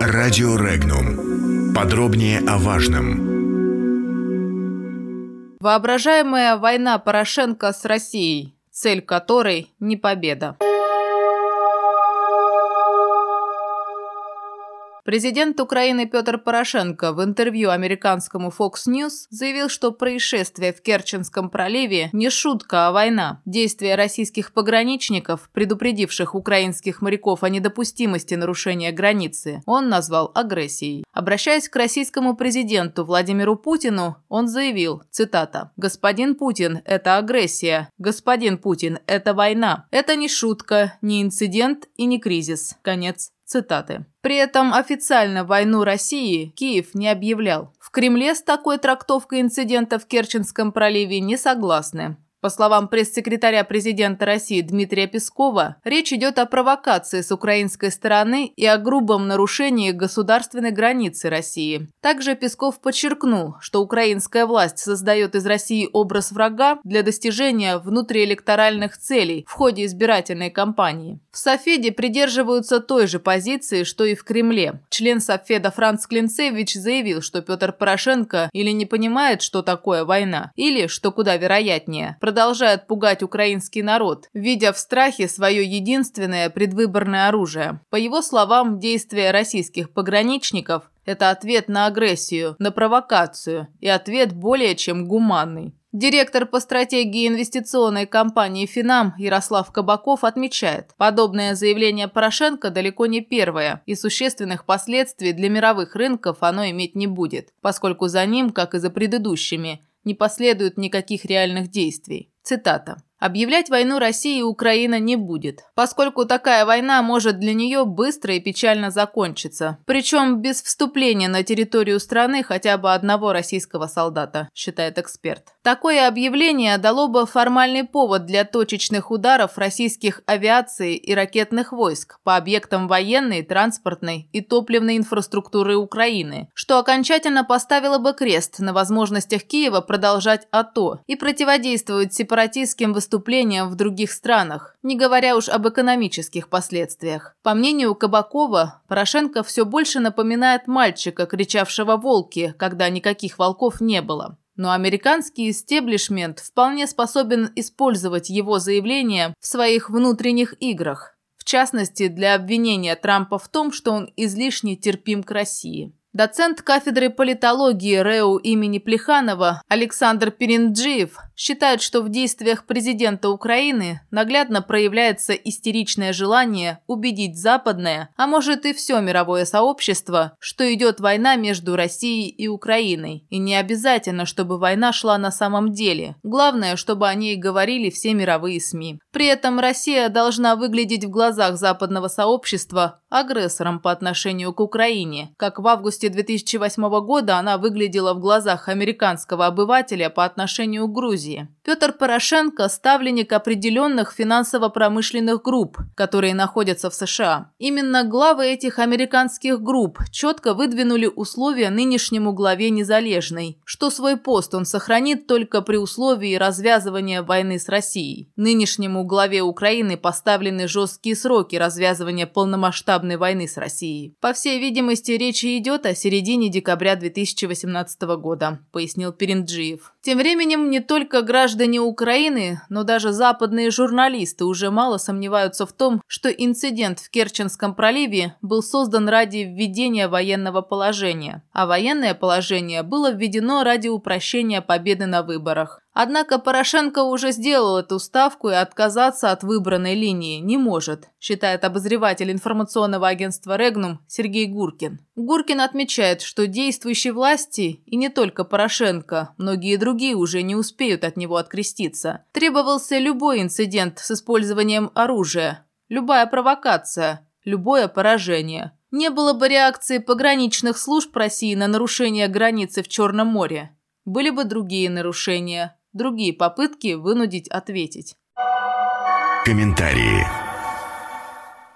Радио Регнум. Подробнее о важном. Воображаемая война Порошенко с Россией, цель которой не победа. Президент Украины Петр Порошенко в интервью американскому Fox News заявил, что происшествие в Керченском проливе не шутка, а война. Действия российских пограничников, предупредивших украинских моряков о недопустимости нарушения границы, он назвал агрессией. Обращаясь к российскому президенту Владимиру Путину, он заявил, цитата, «Господин Путин, это агрессия. Господин Путин, это война. Это не шутка, не инцидент и не кризис». Конец цитаты. При этом официально войну России Киев не объявлял. В Кремле с такой трактовкой инцидента в Керченском проливе не согласны. По словам пресс-секретаря президента России Дмитрия Пескова, речь идет о провокации с украинской стороны и о грубом нарушении государственной границы России. Также Песков подчеркнул, что украинская власть создает из России образ врага для достижения внутриэлекторальных целей в ходе избирательной кампании. В Софеде придерживаются той же позиции, что и в Кремле. Член Софеда Франц Клинцевич заявил, что Петр Порошенко или не понимает, что такое война, или, что куда вероятнее, продолжает пугать украинский народ, видя в страхе свое единственное предвыборное оружие. По его словам, действия российских пограничников – это ответ на агрессию, на провокацию и ответ более чем гуманный. Директор по стратегии инвестиционной компании «Финам» Ярослав Кабаков отмечает, подобное заявление Порошенко далеко не первое, и существенных последствий для мировых рынков оно иметь не будет, поскольку за ним, как и за предыдущими, не последует никаких реальных действий. Цитата. «Объявлять войну России Украина не будет, поскольку такая война может для нее быстро и печально закончиться, причем без вступления на территорию страны хотя бы одного российского солдата», считает эксперт. Такое объявление дало бы формальный повод для точечных ударов российских авиации и ракетных войск по объектам военной, транспортной и топливной инфраструктуры Украины, что окончательно поставило бы крест на возможностях Киева продолжать АТО и противодействовать сепаратистским выступлениям в других странах, не говоря уж об экономических последствиях. По мнению Кабакова, Порошенко все больше напоминает мальчика, кричавшего «волки», когда никаких волков не было. Но американский истеблишмент вполне способен использовать его заявление в своих внутренних играх, в частности, для обвинения Трампа в том, что он излишне терпим к России. Доцент кафедры политологии РЭУ имени Плеханова Александр Перинджиев считает, что в действиях президента Украины наглядно проявляется истеричное желание убедить западное, а может и все мировое сообщество, что идет война между Россией и Украиной. И не обязательно, чтобы война шла на самом деле. Главное, чтобы о ней говорили все мировые СМИ. При этом Россия должна выглядеть в глазах западного сообщества агрессором по отношению к Украине, как в августе 2008 года она выглядела в глазах американского обывателя по отношению к Грузии. Петр Порошенко – ставленник определенных финансово-промышленных групп, которые находятся в США. Именно главы этих американских групп четко выдвинули условия нынешнему главе Незалежной, что свой пост он сохранит только при условии развязывания войны с Россией. Нынешнему главе Украины поставлены жесткие сроки развязывания полномасштабной войны с Россией. По всей видимости, речь идет о середине декабря 2018 года, пояснил Перинджиев. Тем временем не только граждане Украины, но даже западные журналисты уже мало сомневаются в том, что инцидент в Керченском проливе был создан ради введения военного положения, а военное положение было введено ради упрощения победы на выборах. Однако Порошенко уже сделал эту ставку и отказаться от выбранной линии не может, считает обозреватель информационного агентства «Регнум» Сергей Гуркин. Гуркин отмечает, что действующей власти, и не только Порошенко, многие другие уже не успеют от него откреститься. Требовался любой инцидент с использованием оружия, любая провокация, любое поражение. Не было бы реакции пограничных служб России на нарушение границы в Черном море. Были бы другие нарушения, другие попытки вынудить ответить. Комментарии.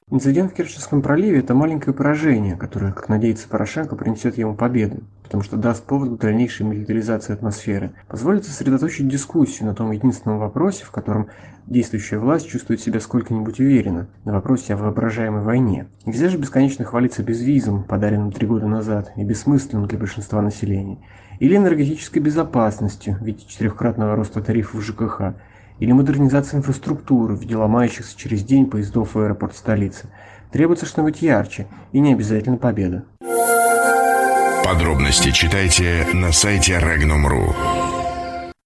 Инцидент в Керченском проливе – это маленькое поражение, которое, как надеется Порошенко, принесет ему победу, потому что даст повод к дальнейшей милитаризации атмосферы, позволит сосредоточить дискуссию на том единственном вопросе, в котором действующая власть чувствует себя сколько-нибудь уверенно, на вопросе о воображаемой войне. Нельзя же бесконечно хвалиться безвизом, подаренным 3 года назад, и бессмысленным для большинства населения, или энергетической безопасностью в виде 4-кратного роста тарифов ЖКХ, или модернизация инфраструктуры в виде ломающихся через день поездов в аэропорт столицы. Требуется что-нибудь ярче, и не обязательно победа. Подробности читайте на сайте Regnum.ru.